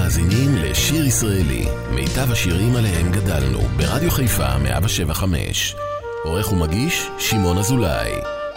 מאזינים לשיר ישראלי, מיטב השירים עליהם גדלנו, ברדיו חיפה 107.5. עורך ומגיש שמעון אזולאי.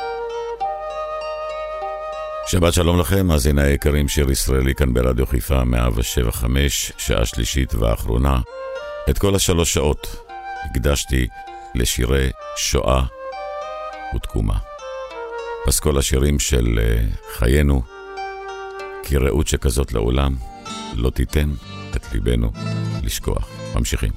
שבת שלום לכם, מאזיני היקרים, שיר ישראלי כאן ברדיו חיפה 107.5, שעה שלישית ואחרונה. את כל 3 שעות הקדשתי לשירי שואה ותקומה. פסקול השירים של חיינו, כי ראות שכזאת לעולם לא תיתן את ליבנו לשכוח. ממשיכים.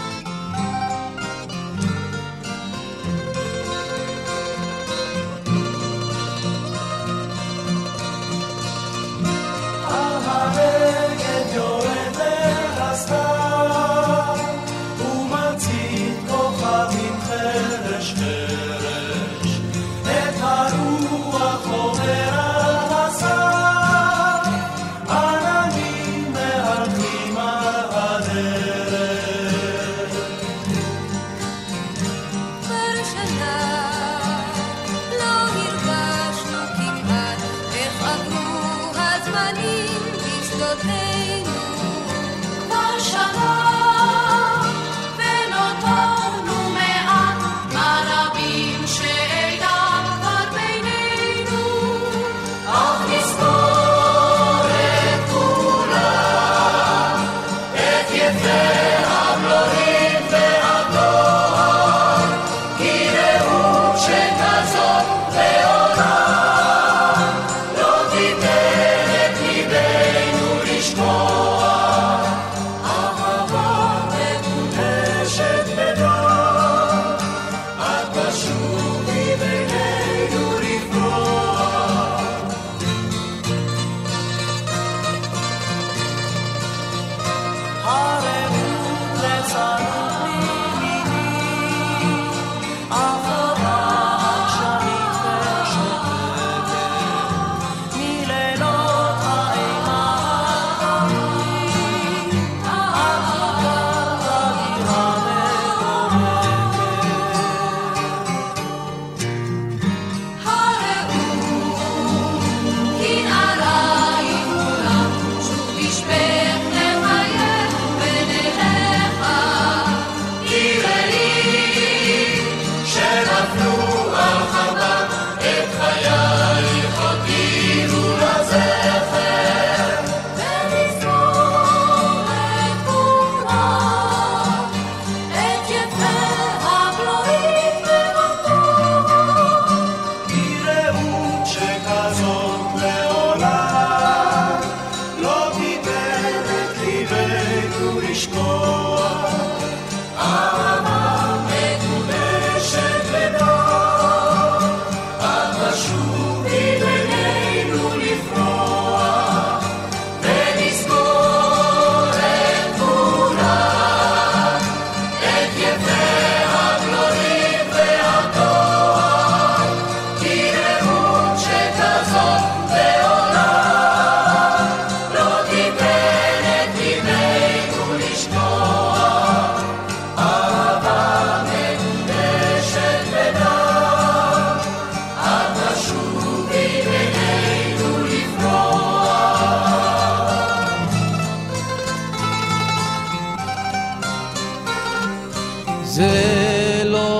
זה לא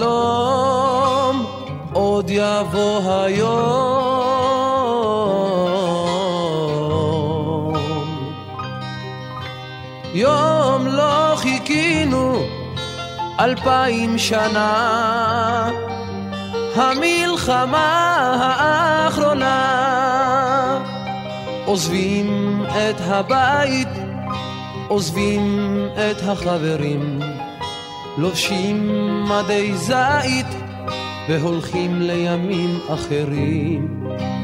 חלום, עוד יבוא היום. יום לא חיכינו 2000 שנה, המלחמה האחרונה. עוזבים את הבית, עוזבים את החברים, לובשים מדי זית והולכים לימים אחרים.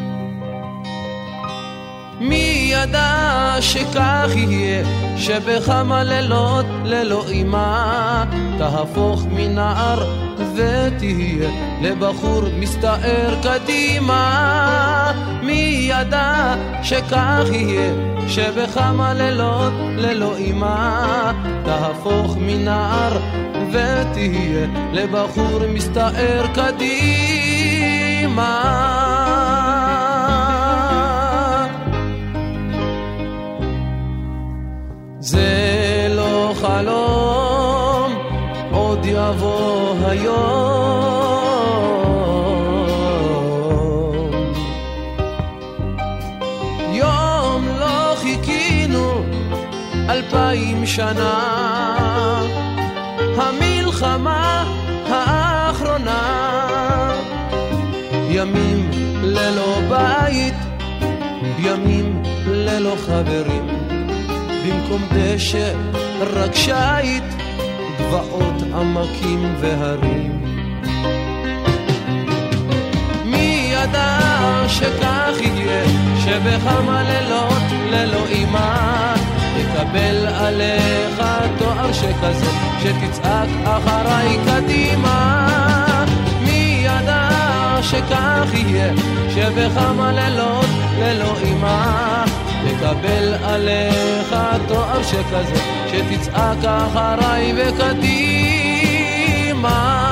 מי ידע שכך יהיה, שבכמה לילות ללא אימה תהפוך מנער ותהיה לבחור מסתער קדימה. מי ידע שכך יהיה, שבכמה לילות ללא אימה תהפוך מנער ותהיה לבחור מסתער קדימה. זה לא חלום, עוד יבוא היום. יום לא חיכינו 2000 שנה, המלחמה האחרונה. ימים ללא בית, ימים ללא חברים, במקום דשא רק שית, גבעות עמקים והרים. מי ידע שכך יהיה, שבכמה לילות ללא אימה תקבל עליך תואר שכזה, שתצעק אחריי קדימה. מי ידע שכך יהיה, שבכמה לילות ללא אימה תקבל עליך תואר שכזה, שתצעק אחריי וקדימה.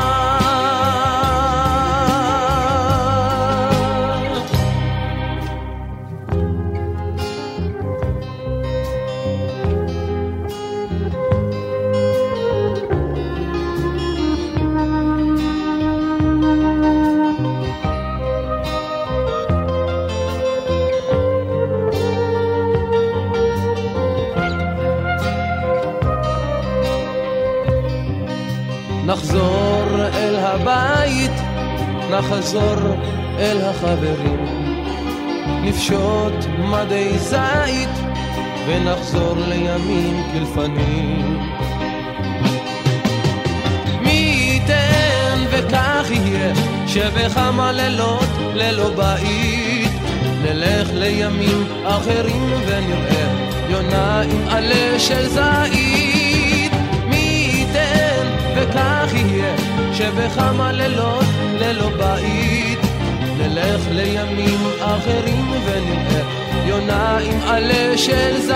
נחזור אל הבית, נחזור אל החברים, נפשוט מדי זית ונחזור לימים כלפנים. מי ייתן וכך יהיה, שבכמה לילות ללא בית נלך לימים אחרים ונראה יונה עם עלה של זית. מי ייתן וכך יהיה, שבכמה לילות ללא בית נלך לימים אחרים ונראה יונה עם עלה של זית.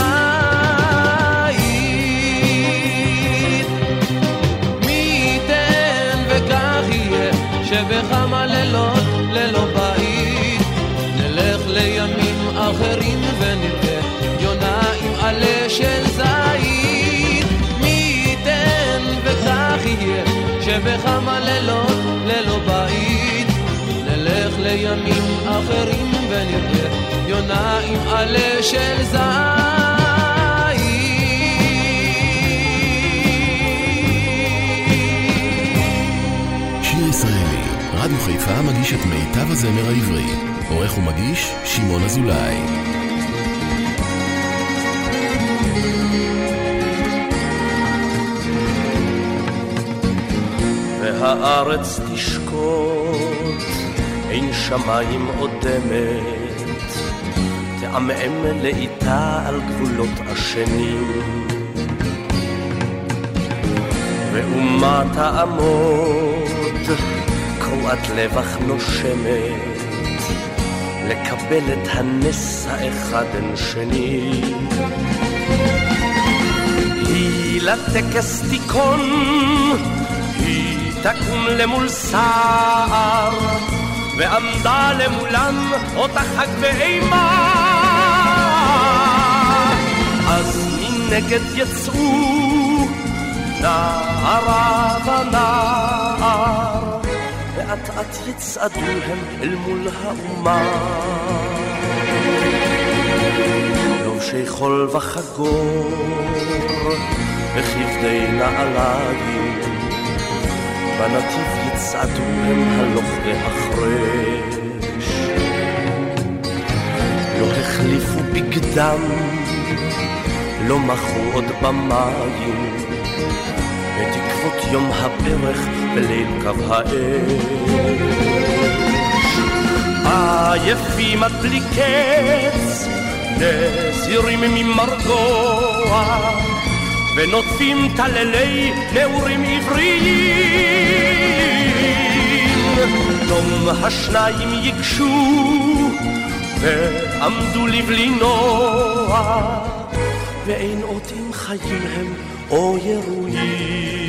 מי ייתן וכך יהיה, שבכמה לילות ללא בית נלך לימים אחרים ונראה יונה עם עלה של זית. מי ייתן וכך יהיה, שבכמה לילות ללא בית נלך לימים אחרים ונראה יונה עם עלה של זית. שיר ישראלי, רדיו חיפה מגיש את מיטב הזמר העברי. עורך ומגיש שמעון אזולאי. והארץ תשקוט, אין שמיים עודמת, תעמעם לאיתה על גבולות השנים, ואומה תעמוד קרועת לבח נושמת, לקבל את הנס האחד אין שני. היא לטקס תיקון, היא תקום למול סער, ועמדה למולן אותה חג ואימה. אז מנגד יצאו נערה ונער, ואט אט יצעדו הם אל מול האומה. לובשי חול וחגור וכבדי נעליים, בנתיב יצעדו הם הלוך והחרש. לא החליפו בגדם, לא מחו עוד במים, בתקוות יום הפרח בליל קו האש. עייפים עד בלי קץ, נזירים ממרגוע, ונוטפים תללי נעורים עבריים. דום השניים ייגשו ועמדו לבלי נוע, ואין עוד אם חיים הם או ירויים.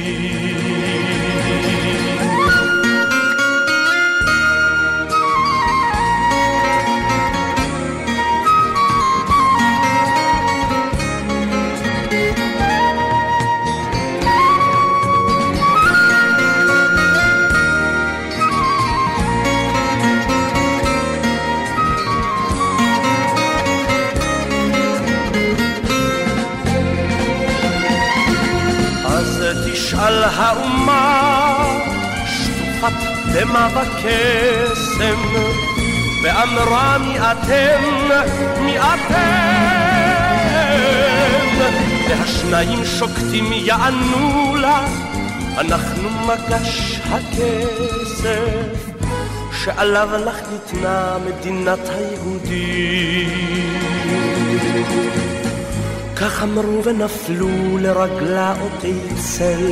האומה שטופת דמה וקסם ואמרה מי אתם, מי אתם והשניים שוקטים יענו לה אנחנו מגש הכסף שעליו לך ניתנה מדינת היהודים כך אמרו ונפלו לרגלה אותי צל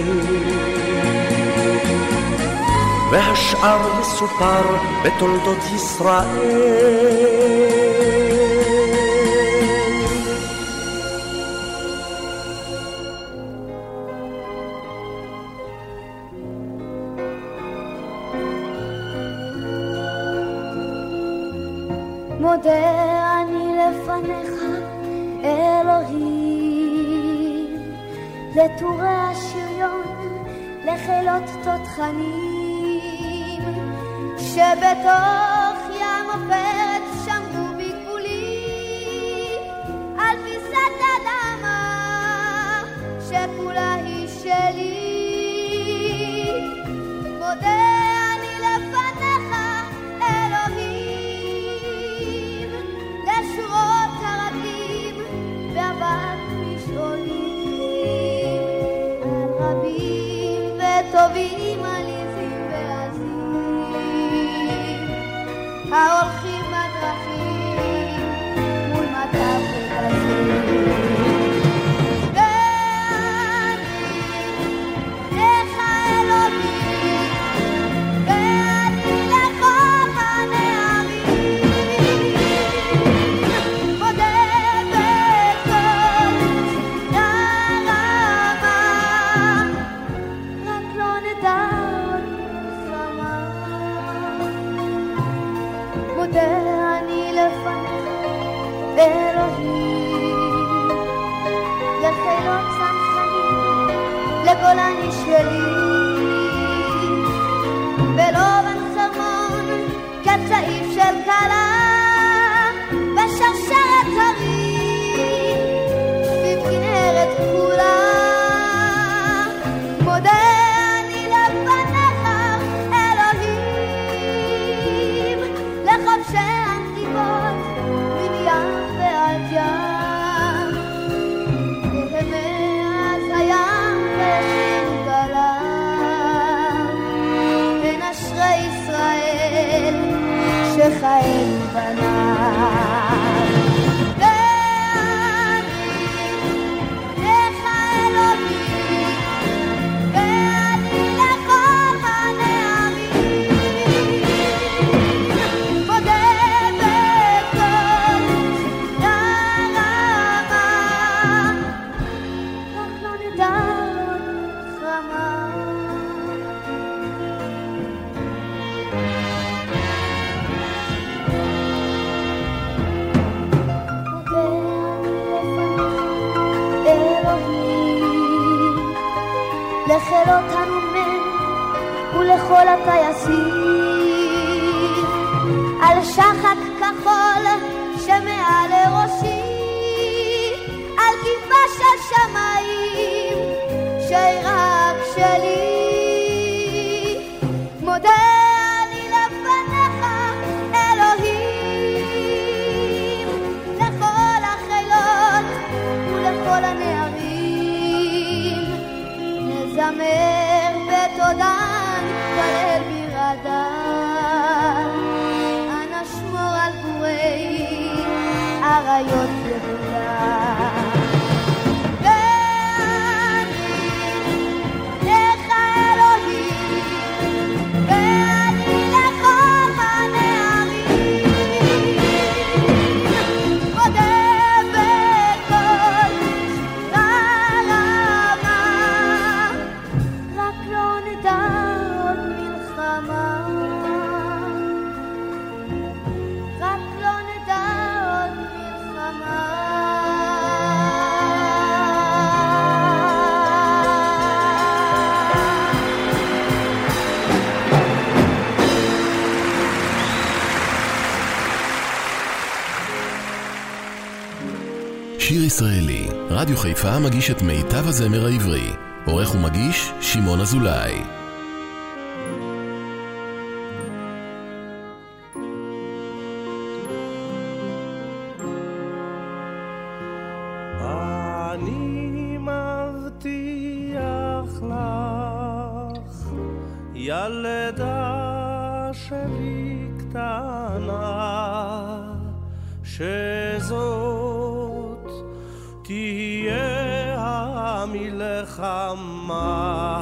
והשאר יסופר בתולדות ישראל מודה אני לפניך אלוהים לטורי השריון לחילות תותחנים שבתוך ים עופרת שמרו ביקולי על פיסת אדמה שכולה היא שלי מודה אני לפניך אלוהים לשורות הרבים ואבק משעולים על רבים וטובים עליזים ועזים ההולכים בדרכים מול מטף וחזים לגולני שלי ולא בן חרמון כצעיף של קלה בשרשרת הרים בבכנרת כחולה מודה אני לפניך אלוהים לחובשי הנתיבות מן ים ועד ים ומאז הים בין אשרי ישראל שחיים בניו לחילות הנומן ולכל הטייסים על שחק כחול שמעל ראשי על כיפה של שמיים שהיא רק שלי מודה אני לפניך אלוהים לכל החילות ולכל הנערים זמר בתודן כלל בירדן אנא שמור על גורי אריות יהודה שיר ישראלי, רדיו חיפה מגיש את מיטב הזמר העברי. עורך ומגיש שמעון אזולאי. אני מבטיח לך, ילדה שלי קטנה, שזאת תהיה המלחמה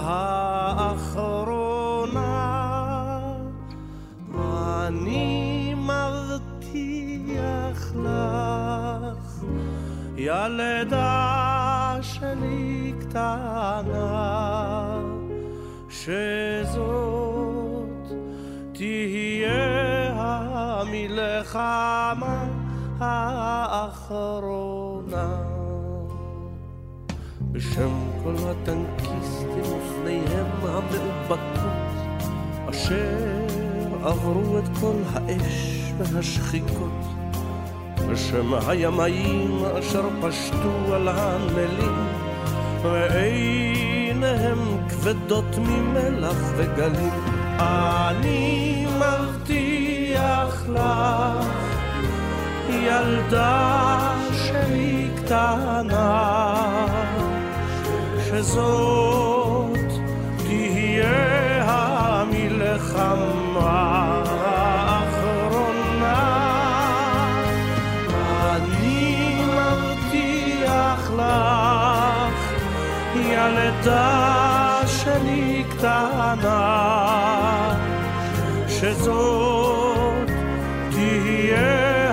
האחרונה. אני מבטיח לך, ילדה שלי קטנה, שזאת תהיה המלחמה האחרונה. בשם כל הטנקיסטים ופניהם המאובקות, אשר עברו את כל האש והשחיקות, בשם הימאים אשר פשטו על הנמלים, ועיניהם כבדות ממלח וגלים. אני מבטיח לך, ילדה שלי קטנה, שזאת תהיה המלחמה האחרונה. אני מבטיח לך, ילדה שלי קטנה, שזאת תהיה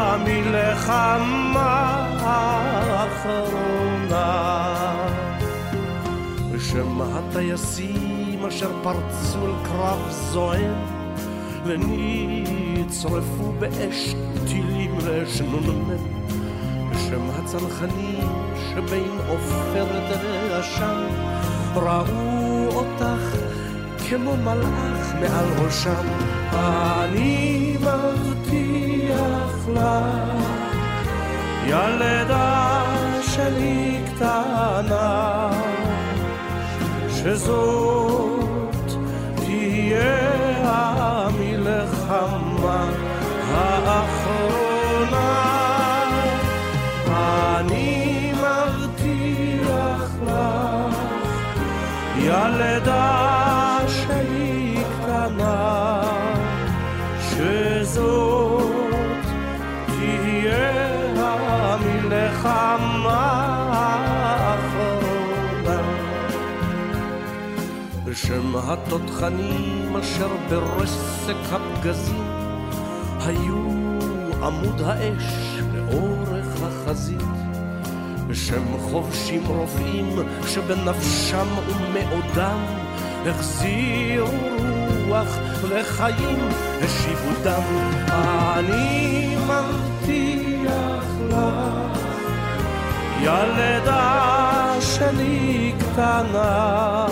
המלחמה האחרונה. בשם הטייסים אשר פרצו אל קרב זועם, ונצרפו באש טילים ושנונם, בשם הצנחנים שבין עופרת רעשם, ראו אותך כמו מלאך מעל ראשם. אני מבטיח לך, ילדה שלי קטנה, שזאת תהיה המלחמה האחרונה. אני מבטיח לך, ילדה שלי קטנה, שזאת תהיה המלחמה האחרונה. בשם התותחנים אשר ברסק הפגזים היו עמוד האש לאורך החזית, בשם חובשים רופאים שבנפשם ומאודם החזירו רוח לחיים השיבו דם. אני מבטיח לך, ילדה שלי קטנה,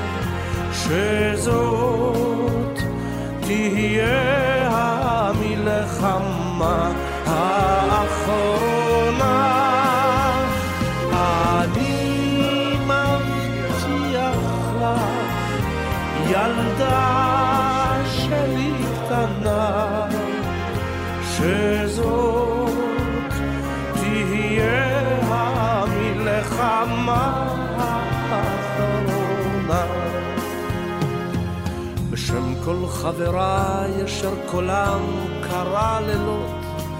שזאת תהיה המלחמה האחרונה. אני מבטיח לך, ילדה שלי קטנה, שזאת תהיה המלחמה האחרונה. בשם כל חבריי אשר קולם קרא לילות,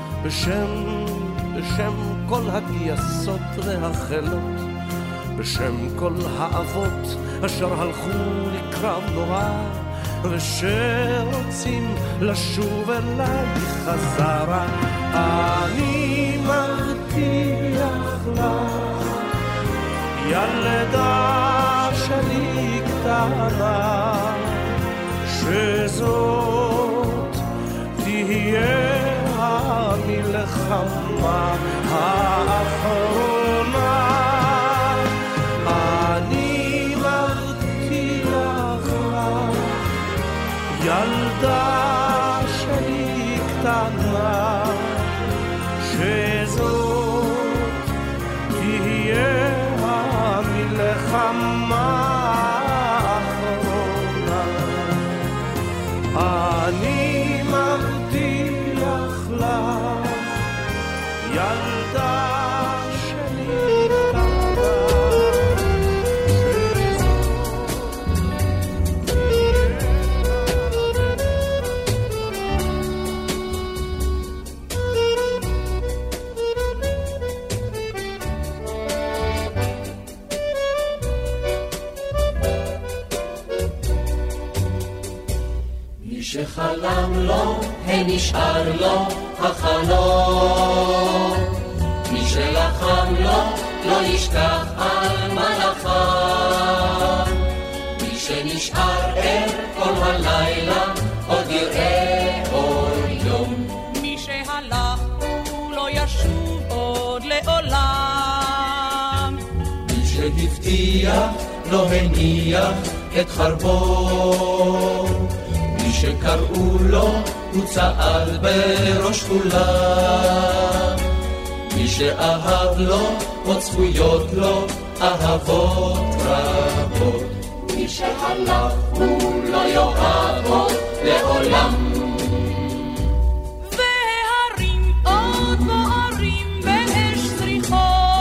בשם כל הגייסות והחילות, בשם כל האבות אשר הלכו לקרב נורא, ושרוצים לשוב אליי חזרה. אני מבטיח לך, ילדה שלי קטנה, שזאת תהיה המלחמה האחרונה. אני מבטיח לך, ילדה שלי קטנה, שזאת תהיה המלחמה מלחמה אחרונה. אני מבטיח לך, ילדה שלי קטנה, שחלם לו, הנשאר לו החלום. מי שלחם לו, לא ישכח על מלאכה. מי שנשאר ער כל הלילה, עוד יראה אור יום. מי שהלך הוא לא ישוב עוד לעולם. מי שהבטיח לא הניח את חרבו. שקראו לו, הוא צעד בראש כולם. מי שאהב לו, עוד זכויות לו, אהבות רבות. מי שהלך, הוא לא יאהב עוד לעולם. וההרים עוד בוערים באש זריחות,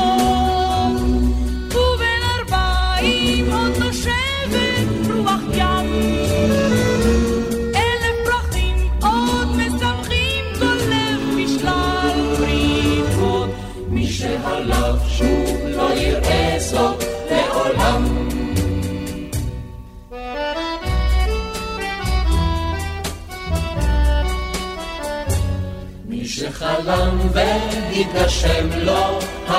ובין ארבעים עוד נושבת רוח ים. שהלך שוב לא יראה זאת לעולם. מי שחלם והתגשם לו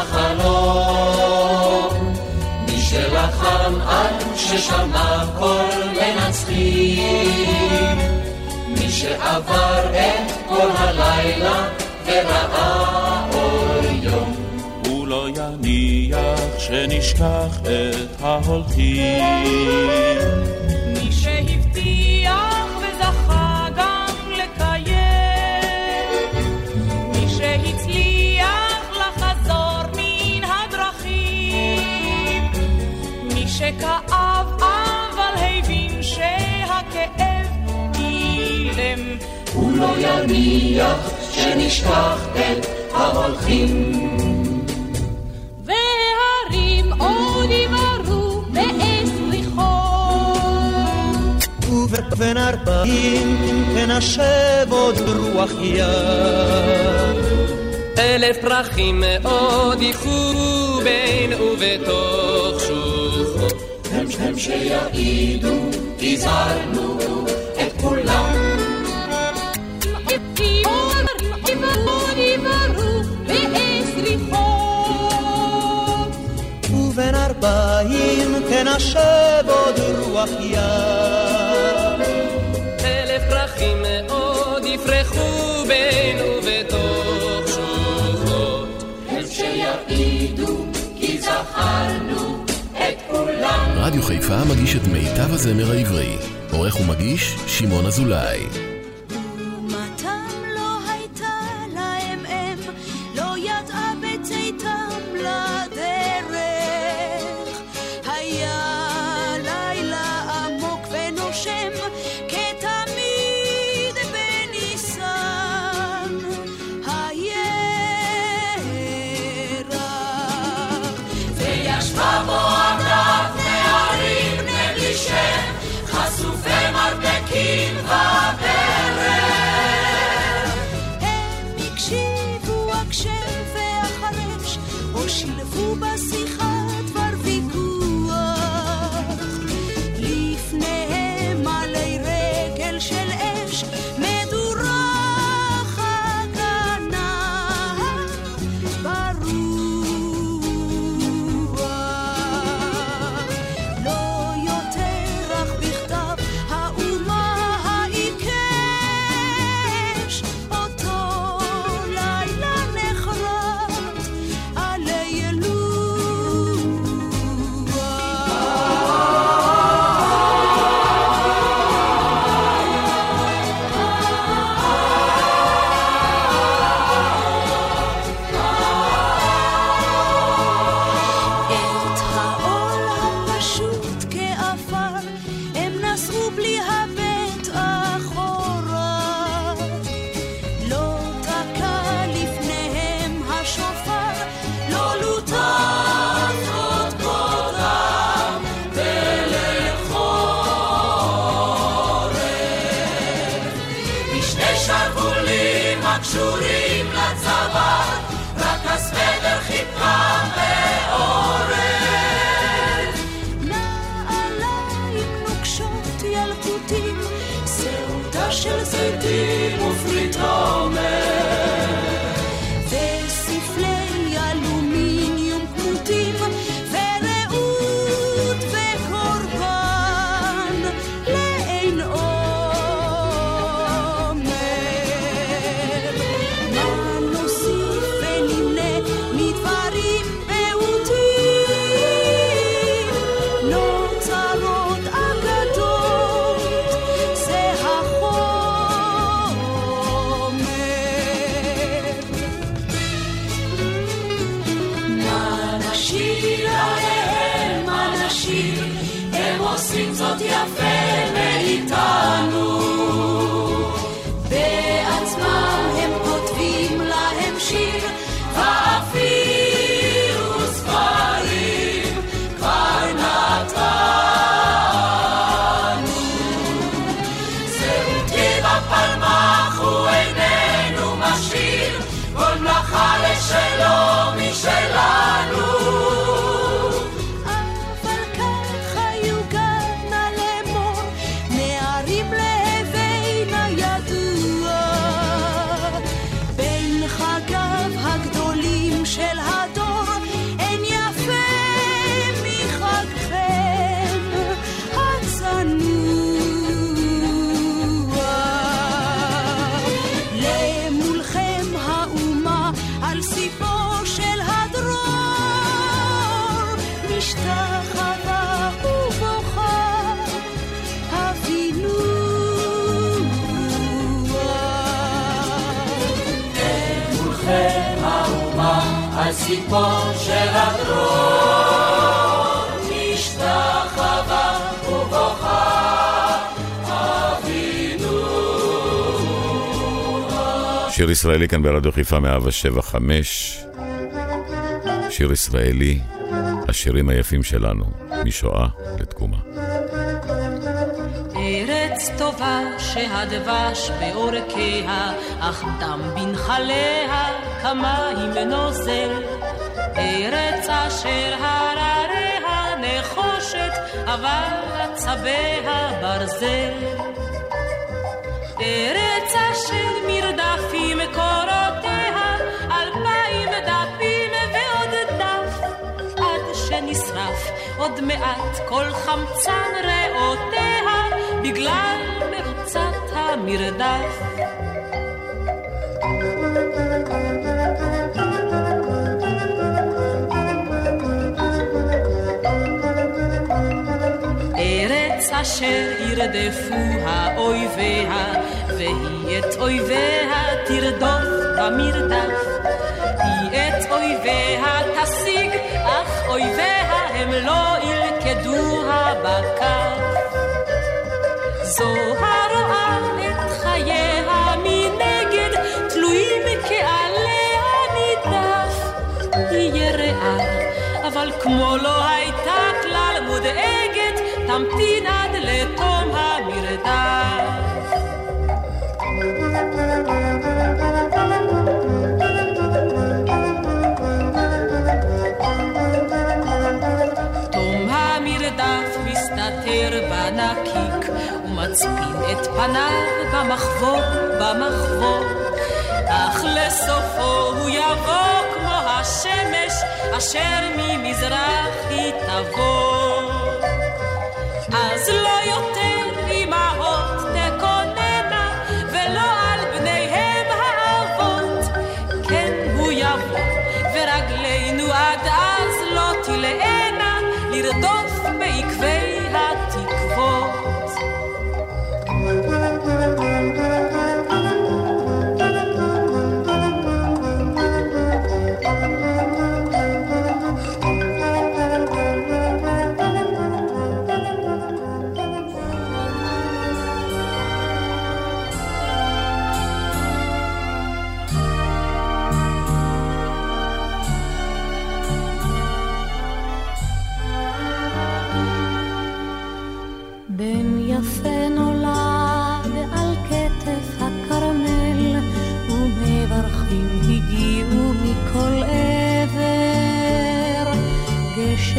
החלום. מי שלחם עד ששמע קול מנצחים. מי שעבר את כל הלילה וראה אור יום. הוא לא יניח שנשכח את ההולכים. מי שהבטיח וזכה גם לקיים. מי שהצליח לחזור מן הדרכים. מי שכאב אבל הבין שהכאב אילם. הוא לא יניח שנשכח את ההולכים. והרים עוד יברו באש זריחות, ובן ארבעים תנשב עוד רוח ים. 1000 פרחים עוד ייחו בין ובתוך שוחות. הם שיעידו גזרנו את כולם. ובן 40 תנשב עוד רוח ים. 1000 פרחים עוד יפרחו בין ובתוך שוחות. הם שיעידו כי זכרנו את כולם. רדיו חיפה מגיש את מיטב הזמר העברי. עורך ומגיש שמעון אזולאי. חשופי מרפקים וברך. הם הקשיבו הקשב והחרש, או שילבו בשיחה דבר ויכוח. לפניהם עלי רגל של אש מדורה חגנה ברוח. לא יותר אך בכתב האומה העיקש, אותו לילה נחרט עלי אלול קשורים לצבא, רק הסוודר חיכה מעורר. נעליים נוקשות ילקוטים, שעותה של זיתים ופרית עומר, וספלי אלומיניום כמותים, ורעות וקורבן לאין עומר. מה נוסיף ונמנה מדברים פעוטים, נוצרות אגדות, זה החומר. מה נשאיר עליהם, מה נשאיר, הם עושים זאת יפה מאיתנו, בעצמם הם כותבים להם שיר, ואפילו ספרים כבר נתנו. זהו טבע פלמח הוא איננו משאיר, כל מלאכה לשלו משלנו. אבל כך היו גדנה לאמור, נערים להבין הידוע, בין חגיו הגדולים של הדור, אין יפה מחגכם הצנוע. למולכם האומה על סיפו של הדרור, משתחווה ובוכה הבינוע. מולכם האומה על סיפו של הדרור, משתחווה ובוכה אבינו. שיר ישראלי כאן ברדיו חיפה 107.5. שיר ישראלי, השירים היפים שלנו, משואה לתקומה. ארץ טובה שהדבש באורכיה, אך דם בנחליה כמים נוזל. ארץ אשר הרריה נחושת, אבל עצביה ברזל. ארץ אשר מרדפים קורותיה, 2000 דפים ועוד דף, עד שנשרף עוד מעט כל חמצן ריאותיה, בגלל מרוצת המרדף. ארץ אשר ירדפוה אויביה, והיא את אויביה תרדוף במרדף. היא את אויביה תשיג, אך אויביה הם לא ילכדוה בכף. זו הרואה את חייה מנגד, תלויים כעליה נידף. היא יראה, אבל כמו לא הייתה כלל מודאגת, תמתין עד לתום המרדף. תום המרדף מסתתר בנקיק, ומצפין את פניו במחבור, אך לסופו הוא יבוא כמו השמש אשר ממזרח היא תבוא. אז לא יותר אמהות תקוננה, ולא על בניהם האבות. כן הוא יבוא ורגלינו עד אז לא תלענה, לרדוף בעקבי התקוות.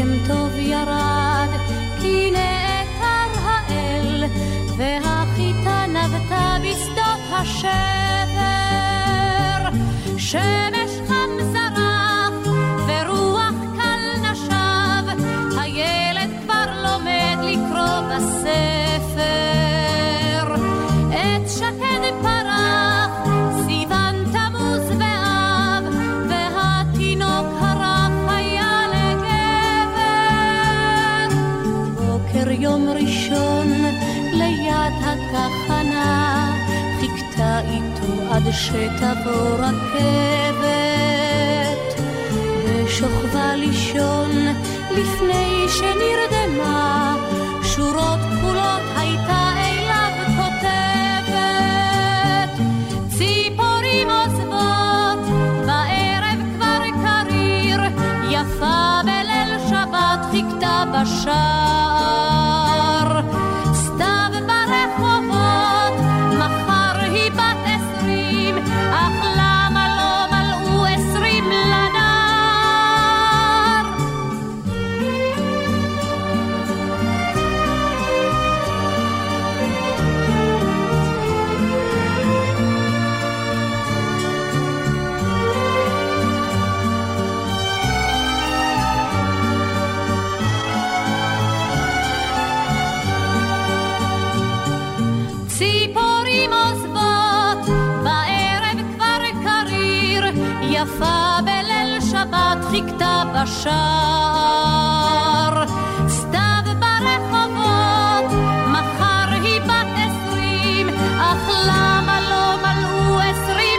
גשם טוב ירד, כי נעתר האל, והחיטה נבטה בשדות השבר. שמש חם זרח, ורוח קל נשב, הילד כבר לומד לקרוא בספר. עת שקד פרח, סיוון תמוז ואב, והתינוק הרך היה לגבר. בוקר יום ראשון ליד התחנה, חיכתה איתו עד שתבוא רכבת, ושוכבה לישון לפני שנרדמה, שורות כחולות הייתה אליו כותבת. ציפורים עוזבות, בערב כבר קריר, יפה בליל שבת חיכתה בשער. סתיו ברחובות, מחר היא בת 20, אך למה לא מלאו 20 לנער? ציפורים עוזבות, בערב כבר קריר, יפה בליל שבת חיכתה בשער. סתיו ברחובות, מחר היא בת 20, אך למה לא מלאו 20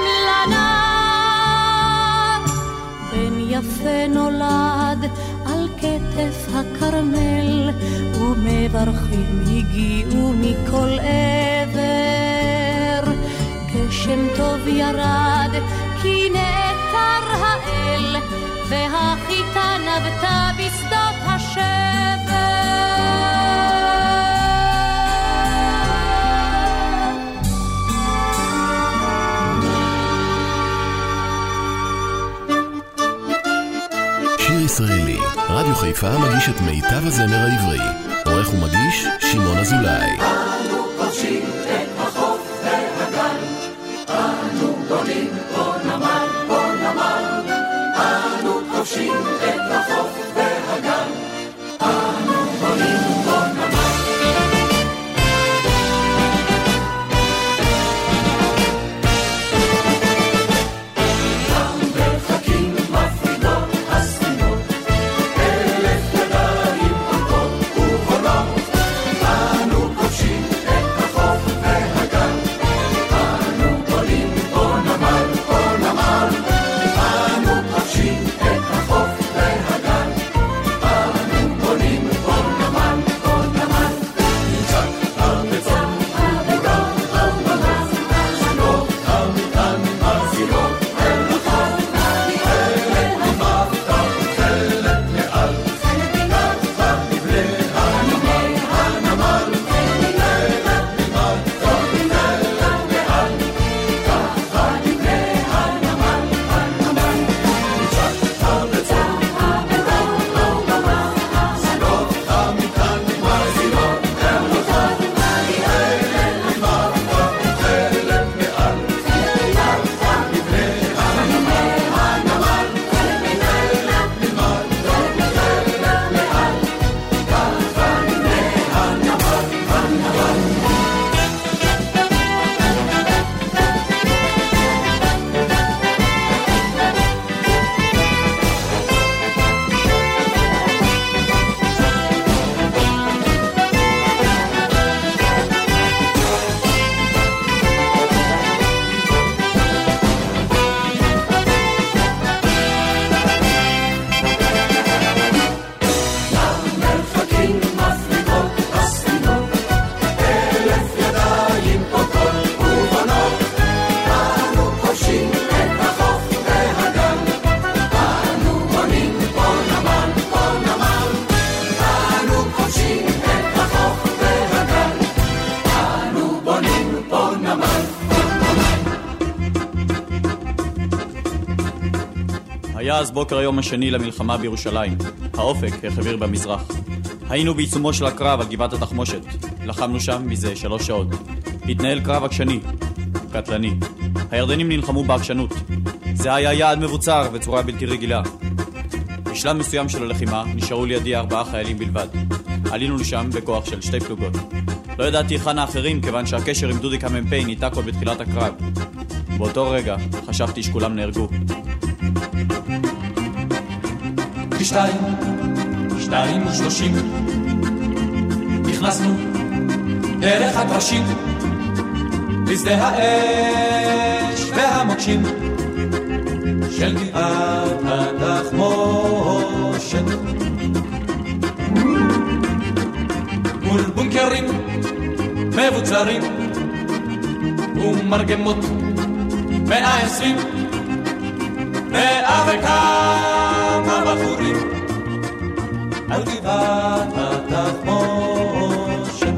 לנער? בן יפה נולד על כתף הכרמל, ומברכים הגיעו מכל עבר. גשם טוב ירד, כי נעתר האל, והחיטה נבטה בשדות השבר. שיר ישראלי, רדיו חיפה מגיש את מיטב הזמר העברי. עורך ומגיש שמעון אזולאי. אנו פוגשים את החוף והגן, אנו בונים פה נמל, אנו פוגשים את החוף והגן, אנו בונים פה נמל. גם בחכים מפרידות הספינות, 1000 ידיים עומדות ובונות, אנו פוגשים היה אז בוקר היום השני למלחמה בירושלים. האופק החביר במזרח. היינו בעיצומו של הקרב על גבעת התחמושת. לחמנו שם מזה 3 שעות. התנהל קרב עקשני, קטלני. הירדנים נלחמו בעקשנות. זה היה יעד מבוצר בצורה בלתי רגילה. בשלב מסוים של הלחימה נשארו לידי 4 חיילים בלבד. עלינו לשם בכוח של 2 פלוגות. לא ידעתי היכן האחרים כיוון שהקשר עם דודיק המ"פ ניתק עוד בתחילת הקרב. באותו רגע חשבתי שכולם נהרגו. 2:30 נכנסנו דרך הדרשים לשדה האש והמוקשים של גבעת התחמושת מול בונקרים מבוצרים ומרגמות 120 וכמה בחורים על גבעת התחמושת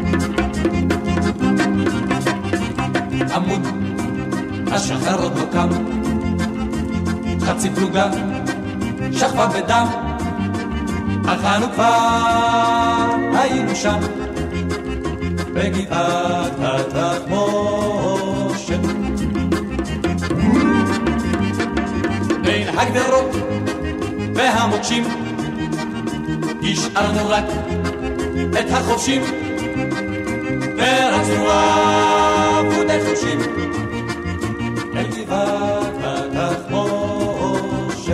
עמוד השחר עוד לא קם חצי פלוגה שכבה בדם אך אנו כבר היינו שם בגבעת התחמושת בין הגדרות והמוקשים השארנו רק את החופשים ורצנו עבודי חושים אל גבעת התחמושת.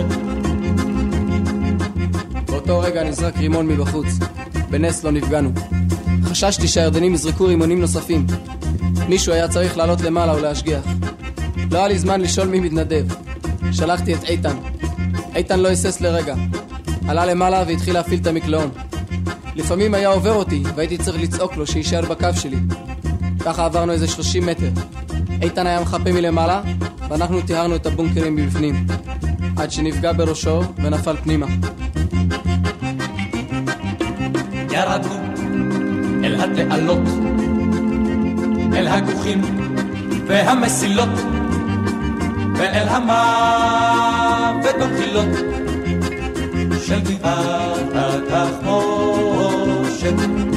באותו רגע נזרק רימון מבחוץ. בנס לא נפגענו. חששתי שהירדנים יזרקו רימונים נוספים. מישהו היה צריך לעלות למעלה ולהשגיח. לא היה לי זמן לשאול מי מתנדב. שלחתי את איתן. איתן לא היסס לרגע. עלה למעלה והתחיל להפעיל את המקלעון. לפעמים היה עובר אותי והייתי צריך לצעוק לו שישאר בקו שלי. ככה עברנו איזה 30 מטר. איתן היה מחפה מלמעלה ואנחנו תיארנו את הבונקרים מבפנים עד שנפגע בראשו ונפל פנימה. ירדנו אל התעלות אל הגוחים והמסילות ואל המוות במחילות של גבעת התחמושת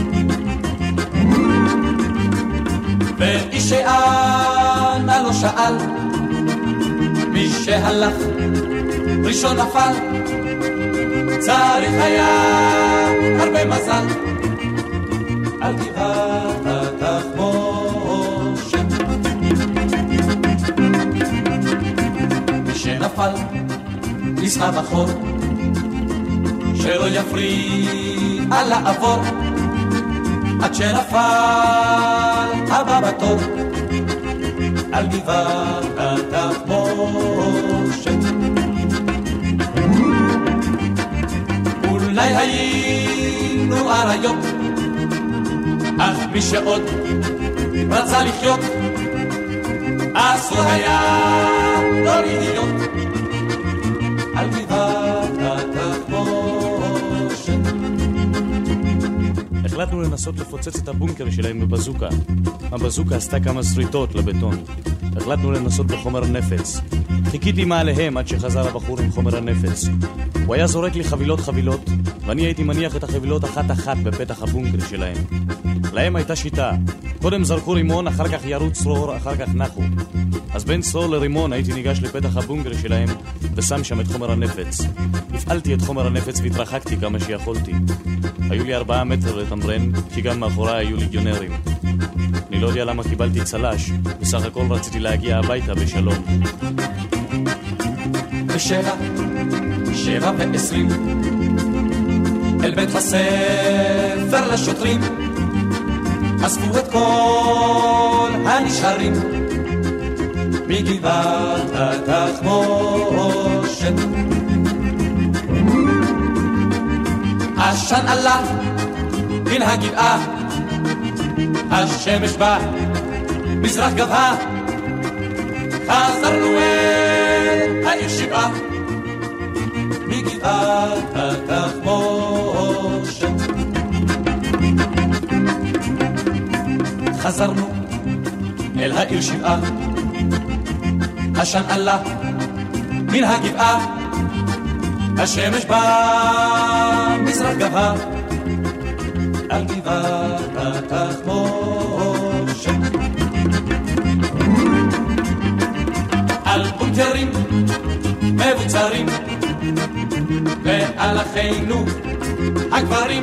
ואיש שענה לא שאל מי שהלך ראשון נפל צריך היה הרבה מזל על גבעת התחמושת מי שנפל נסחב אחור שלא יפריע לעבור עד שנפל הבא בתור על גבעת התחמושת. אולי היינו אריות אך מי שעוד רצה לחיות אסור היה לא להיות על גבעת התחמושת. החלטנו לנסות לפוצץ את הבונקר שלהם בבזוקה. הבזוקה עשתה כמה שריטות לבטון. החלטנו לנסות בחומר נפץ. חיכיתי מעליהם עד שחזר הבחור עם חומר הנפץ. הוא היה זורק לי חבילות ואני הייתי מניח את החבילות אחת בפתח הבונקר שלהם. להם הייתה שיטה. קודם זרקו רימון, אחר כך ירו צרור, אחר כך נחו. אז בין צרור לרימון הייתי ניגש לפתח הבונקר שלהם ושם שם את חומר הנפץ. הפעלתי את חומר הנפץ והתרחקתי כמה שיכולתי. היו לי 4 מטר לתמרן, כי גם מאחורי היו ליגיונרים. אני לא יודע למה קיבלתי צלש, בסך הכל רציתי להגיע הביתה בשלום. 7:20 אל בית הספר לשוטרים אספו את כל הנשארים מגבעת התחמושת. עשן עלה מן הגבעה השמש במזרח גבהה חזרנו אל העיר שבעה מגבעת התחמושת. חזרנו אל העיר שבעה עשן עלה מן הגבעה השמש במזרח גבה על גבעת התחמושת, על בונקרים מבוצרים ועל אחינו הגברים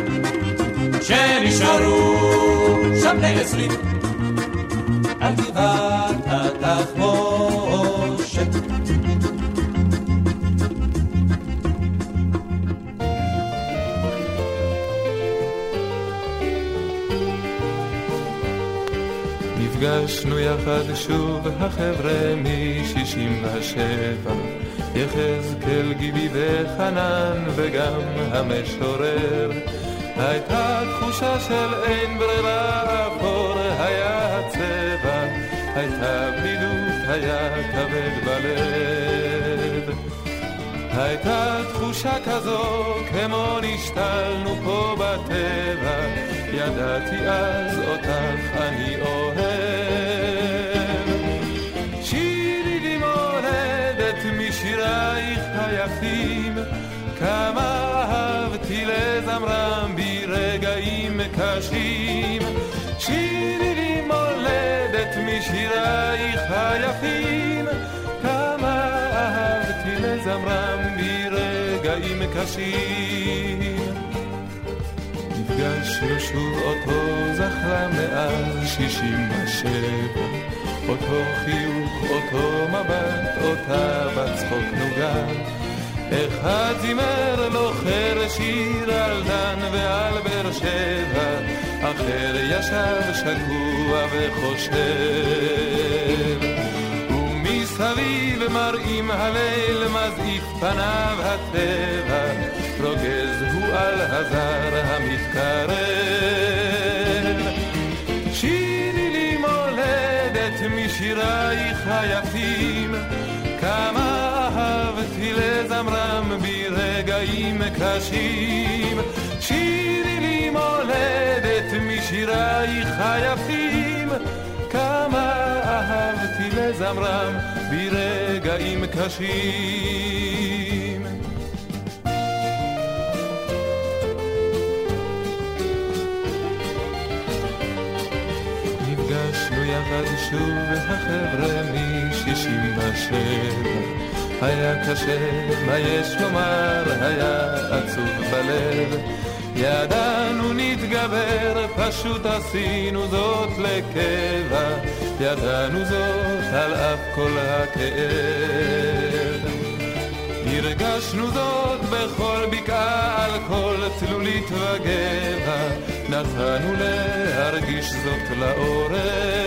שנשארו שם נעזרים על גבעת התחמושת. נפגשנו יחד שוב החבר'ה מ-67, יחזקאל גיבי וחנן וגם המשורר. הייתה תחושה של אין ברירה, אפור היה הצבע, הייתה בדידות, היה כבד בלב. הייתה תחושה כזו כמו נשתלנו פה בטבע, ידעתי אז אותך אני אוהב. שירי לי מולדת משירייך היפים, כמה אהבתי לזמרם ברגעים קשים. שירי לי מולדת משירייך היפים, כמה אהבתי לזמרם ברגעים קשים. נפגשנו שוב אותו זכרה מאז 67, אותו חיוך, אותו מבט, אותה בצחוק נוגה. אחד זימר לו חר שיר על דן ועל באר שבע, אחר ישב שקוע וחושב. ומסביב מראים הליל מזעיף פניו הטבע, רוגז הוא על הזר המתקרב. שירי לי מולדת משירייך היפים, כמה אהבתי לזמרם ברגעים קשים. שירי לי מולדת משירייך היפים, כמה אהבתי לזמרם ברגעים קשים. נפגשנו יחד שוב החבר'ה מ-67, היה קשה, מה יש לומר, היה עצוב בלב. ידענו נתגבר, פשוט עשינו זאת לקבע, ידענו זאת על אף כל הכאב. הרגשנו זאת בכל בקעה, על כל צלולית וגבע, נתנו להרגיש זאת לעורב.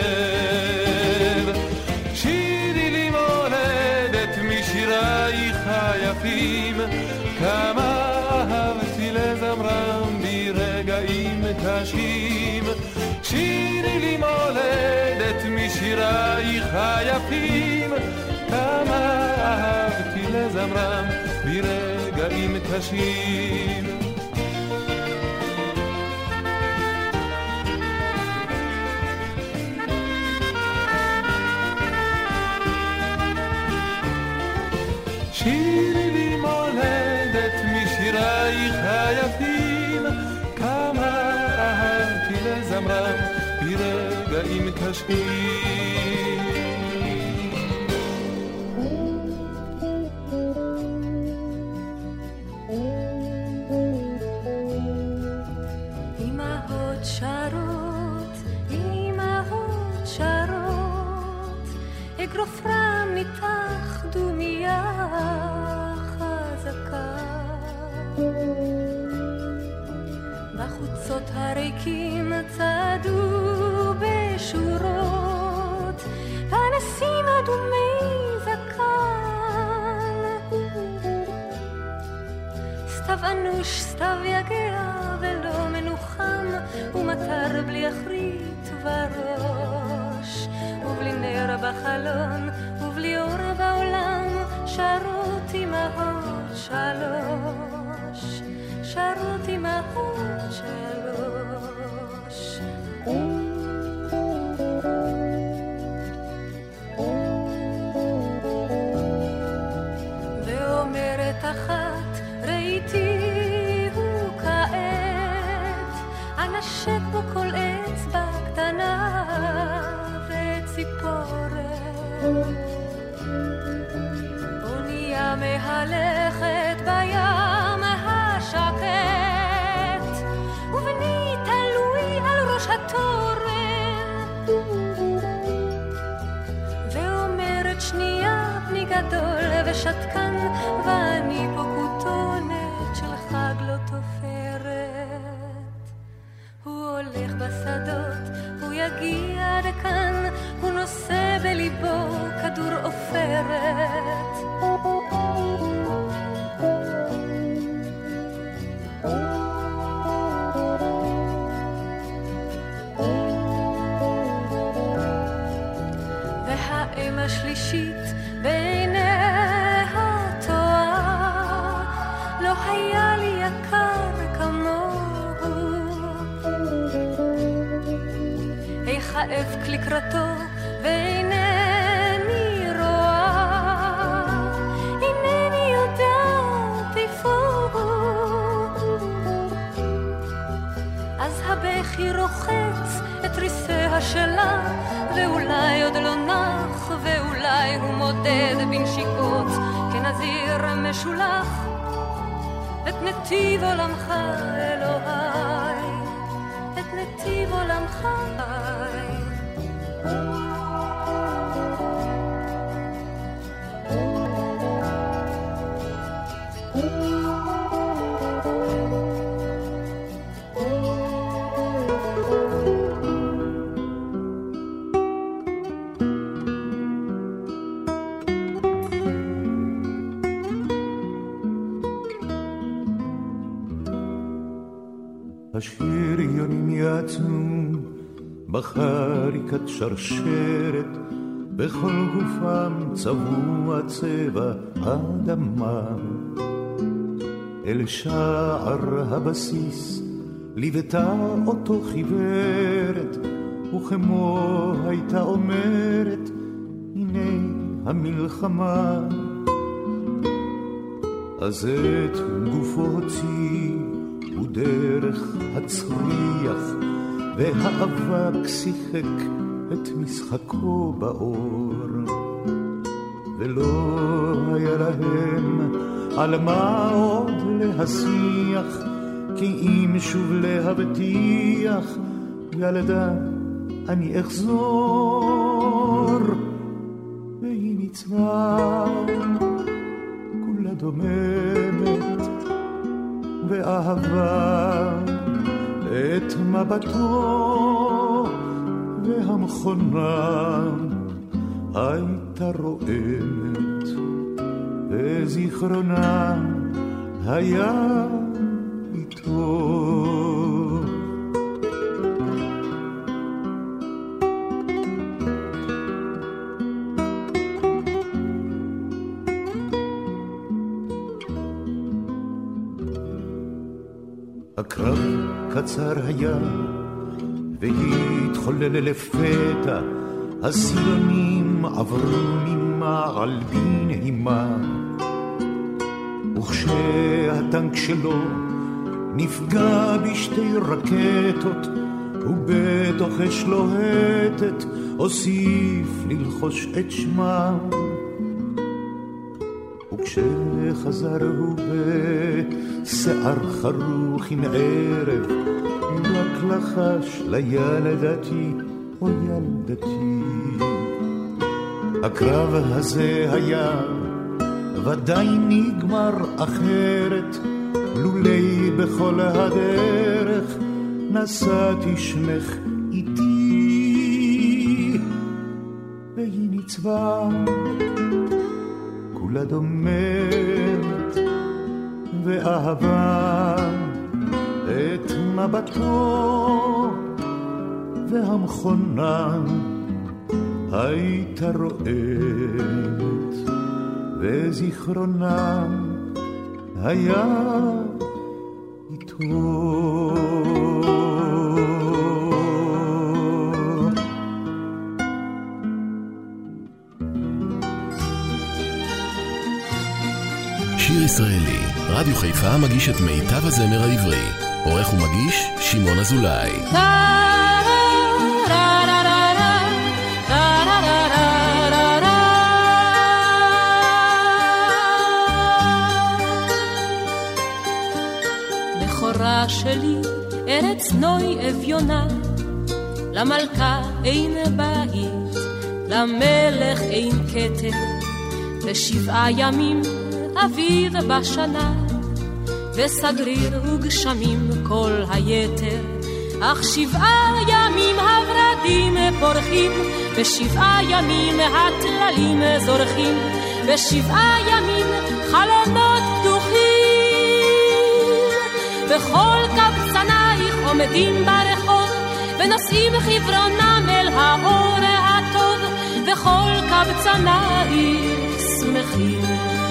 שירי לי מולדת משירייך היפים, כמה אהבתי לזמרם ברגעים קשים. שירי לי מולדת משירייך היפים, כמה אהבתי לזמרם ברגעים קשים. שירי לי מולדת משירייך היפים, כמה אהבתי לזמרם ברגעים קשים. אמהות שרות, אמהות שרות, אגרוף רם מתח דומיה חזקה. בחוצות הריקים צעדו בשורות פנסים אדומי זקן. סתיו אנוש, סתיו יגע ולא מנוחם, ומטר בלי אחרית וראש, ובלי נר בחלון ובלי אור בעולם, שרות אמהות שלוש, שרות אמהות שלוש. ואומרת אחת שתקן, ואני פה כותונת של חג לא תופרת. הוא הולך בשדות, הוא יגיע לכאן, הוא נושא בליבו כדור עופרת. והאם השלישית בעיניה טועה, לא היה לי יקר כמוהו. איך האף לקראתו ואינני רואה, אינני יודעת איפה הוא. אז הבכי רוחץ את ריסיה שלה, ואולי עוד לא נח, ואולי הוא מודד בנשיקות כנזיר משולח את נתיב עולמך אלוהי, את נתיב עולמך. השריונים יעצנו בחריקת שרשרת, בכל גופם צבוע צבע אדמה. אל שער הבסיס ליוותה אותו חיוורת, וכמו הייתה אומרת, הנה המלחמה. אז את גופו הוציא ודרך הצריח, והאבק שיחק את משחקו באור. ולא היה להם על מה עוד להשיח, כי אם שוב להבטיח, ילדה אני אחזור. והיא ניצבה כולה דוממת ואהבה את מבטו, והמכונה הייתה רועמת, וזיכרונה היה איתו. הקרב קצר היה והתחולל לפתע, הסילונים עברו ממעל בנעימה, וכשהטנק שלו נפגע בשתי רקטות, ובתוך אש לוהטת הוסיף ללחוש את שמה. וכשחזר הוא בשיער חרוך עם ערב, רק לחש לילדתי או ילדתי. הקרב הזה היה ודאי נגמר אחרת, לולי בכל הדרך נסעתי שמך איתי. והיא ניצבה כולה דוממת ואהבה את מבטו, והמכונה הייתה רועמת, וזיכרונה היה איתו. שיר ישראלי, רדיו חיפה מגיש את מיטב הזמר העברי. עורך ומגיש שמעון אזולאי. בכורה שלי ארץ נוי אביונה, למלכה אין בית, למלך אין כתר, ו7 ימים אביב בשנה, וסגריר וגשמים כל היתר, אך 7 ימים הורדים פורחים, ו7 ימים הטללים זורחים, ו7 ימים חלונות פתוחים, וכל קבצנייך עומדים ברחוב, ונושאים חברונם אל האור הטוב, וכל קבצנייך שמחים.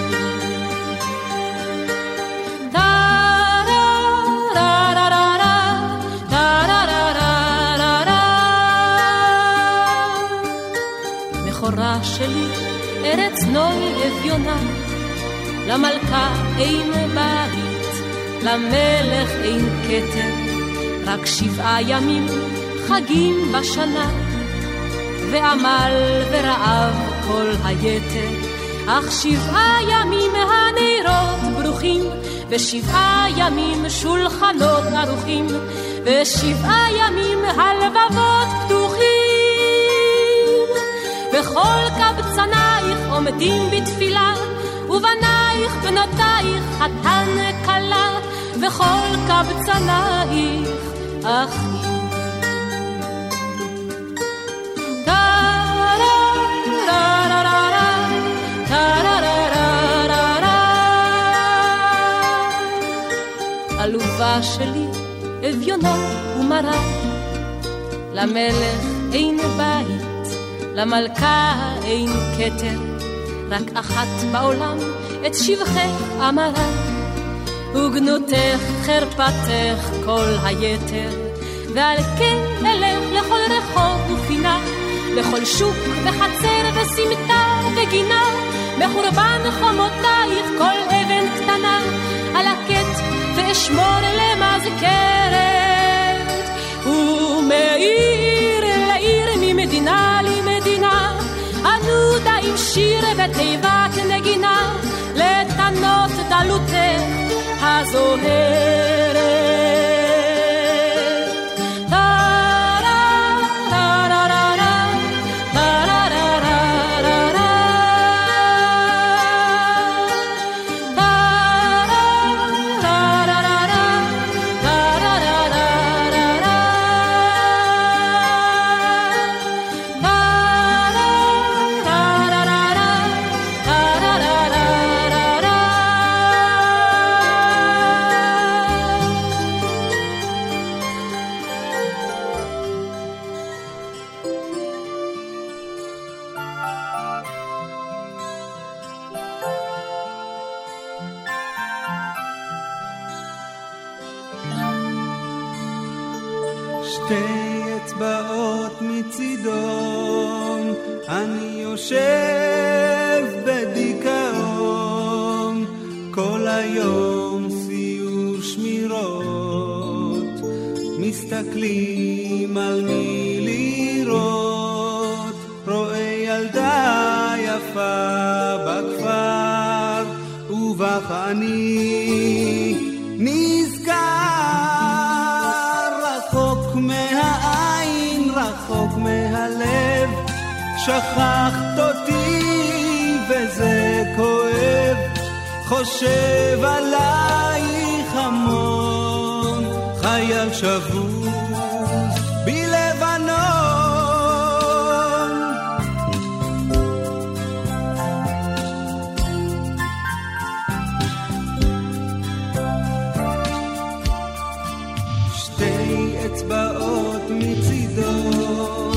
מכורה שלי ארץ נוי אביונה, למלכה אין בית, למלך אין כתר, רק 7 ימים חגים בשנה, ועמל ורעב כל היתר, אך 7 ימים הנרות ברוכים, ו7 ימים שולחנות ערוכים, ו7 ימים הלבבות פתוחים, וכל קבצנייך עומדים בתפילה, ובנייך בנותייך חתן כלה, וכל קבצנייך אחים. עלובה שלי אביונה ומרה, למלך אין בית, למלכה אין כתר, רק אחת בעולם את שבחך אמרה, וגנותך חרפתך כל היתר, ועל כן אלך לכל רחוב ופינה, לכל שוק וחצר וסמטה וגינה, בחורבן חומותייך כל אבן קטנה, על הקט ואשמור למזכרת, ומעיר לעיר ממדינה למדינה, ענודה עם שיר ותיבת נגינה, לתנות דלותך הזוהרת. שתי אצבעות מצידון, אני יושב בדיכאון, כל היום סיור שמירות, מסתכלים על מי לראות, רואה ילדה יפה בכפר, ובך אני נזכר, רחוק מהעין, רחוק מהלב, שכחת אותי וזה כואב, חושב עלייך המון, חייל שבוז בלבנון. שתי אצבעות מצידון,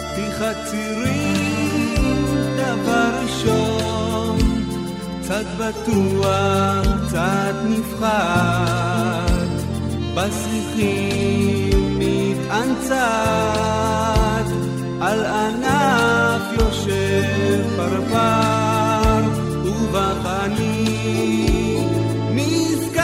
תחצירים דבר ראשון, קצת בטוח, קצת נפחד, בסריחים מתאנצת, על ענף יושב פרפר, ובך אני נזכר,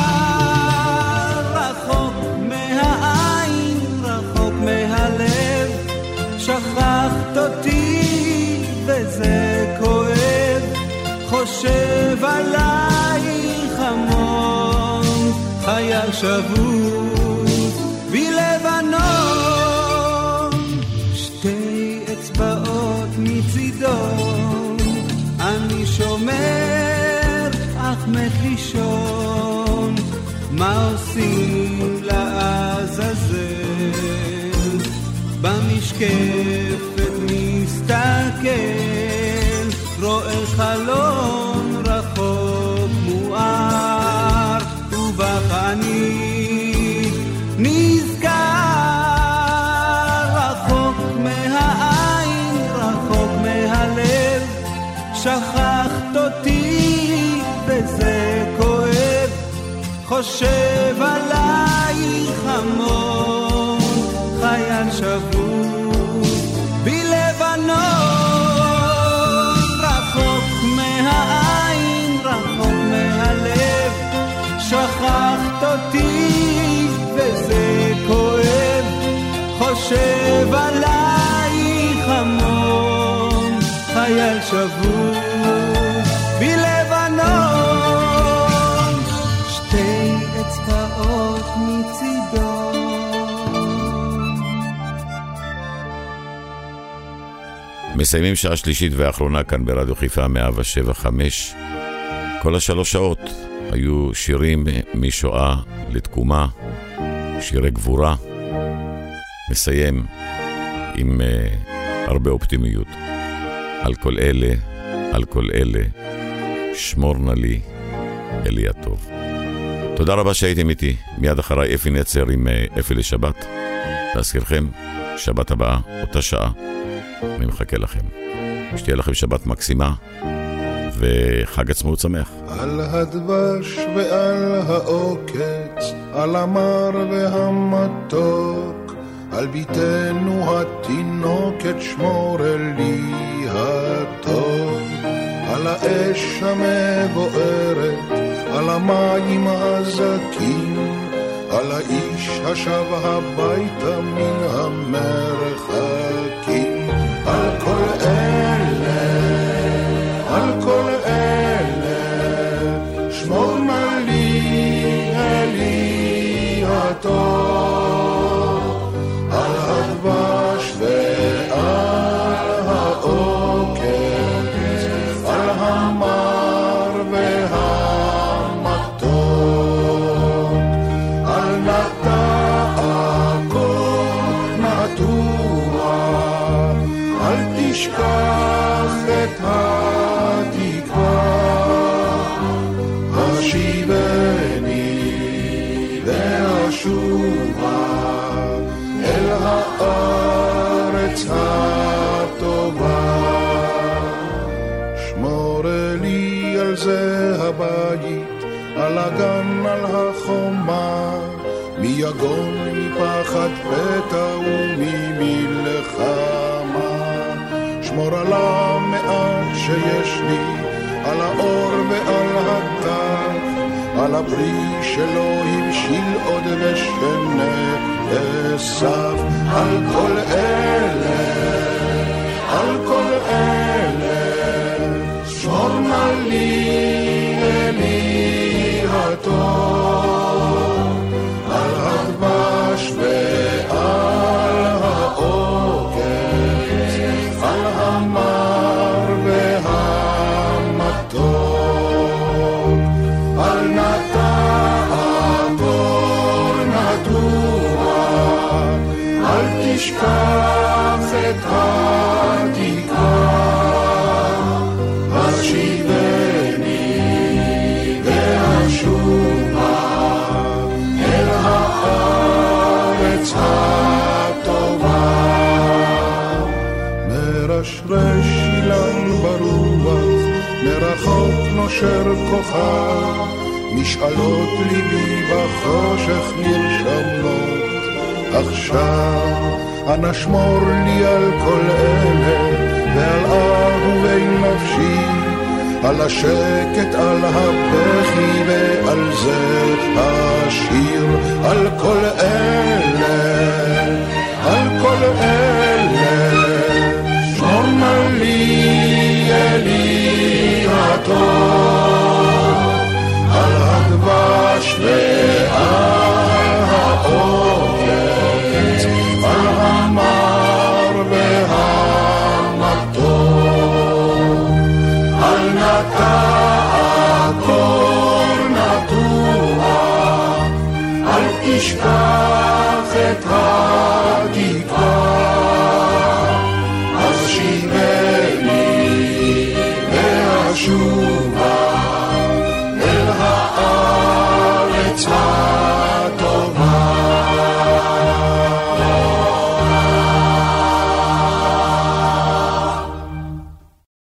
רחוק מהעין, רחוק מהלב, שכחת אותי וזה כואב, חושב עלייך המון, חייל שבוז בלבנון. שתי אצבעות מצידון, אני מה עושים לעזאזל? במשקפת מסתכל, רואה חלון רחוק מואר, ובחני נזכר, רחוק מהעין, רחוק מהלב, שכחת אותי וזה כואב, חושב עלייך המון, חייל שבוי בלבנון, רחוק מהעין, רחוק מהלב, שכחת אותי וזה כואב, חושב עלייך המון, חייל שבוי בלבנון, שתי אצבעות מצידו. מסיימים שעה שלישית ואחרונה כאן ברדיו חיפה 107.5. כל השלוש שעות היו שירים משואה לתקומה, שירי גבורה. מסיים עם הרבה אופטימיות. על כל אלה, על כל אלה, שמור נא לי, אלי הטוב. תודה רבה שהייתם איתי. מיד אחריי אפי נצר עם אפי לשבת. להזכירכם, שבת הבאה, אותה שעה. אני מחכה לכם. שתהיה לכם שבת מקסימה וחג עצמאות שמח. על הדבש ועל העוקץ, על המר והמתוק, על ביתנו התינוקת שמור אלי הטוב, על האש המבוערת, על המים הזקים, על האיש השב הביתה מן המרחקים. על כל אלה, על כל אלה, שמור נא לי, אלי הטוב, על הדבש ועל העוקץ, על המר והמתוק, על נטע הכל נטוע, אל תשכח את התקווה, השיבני והשובה אל הארץ הטובה. שמור לי על זה הבית, על הגן, על החומה, מיגון, מפחד פתע וממלחמה. שמור על המעט שיש לי, על האור ועל הטף, על הפרי שלא הבשיל עוד ושנאסף. על כל אלה, על כל אלה, שמור נא לי, אלי הטוב, על הדבש ועל העוקץ, על המר והמתוק, על נטע הכל נטוע, אל תשכח את התקווה, השיבני והשובה אל הארץ הטובה. מרשרש אילן ברוח, מרחוק נושר כוכב, משאלות ליבי בחושך נרשמות. עכשיו אנא שמור לי על כל אלה ועל אהובי נפשי, על השקט, על הבכי ועל זה השיר. על כל אלה, על כל אלה, שמור נא לי, אלי הטוב, על הדבש ועל העוקץ, על המר והמתוק, על נטע הכל נטוע, נשכח את הגיהות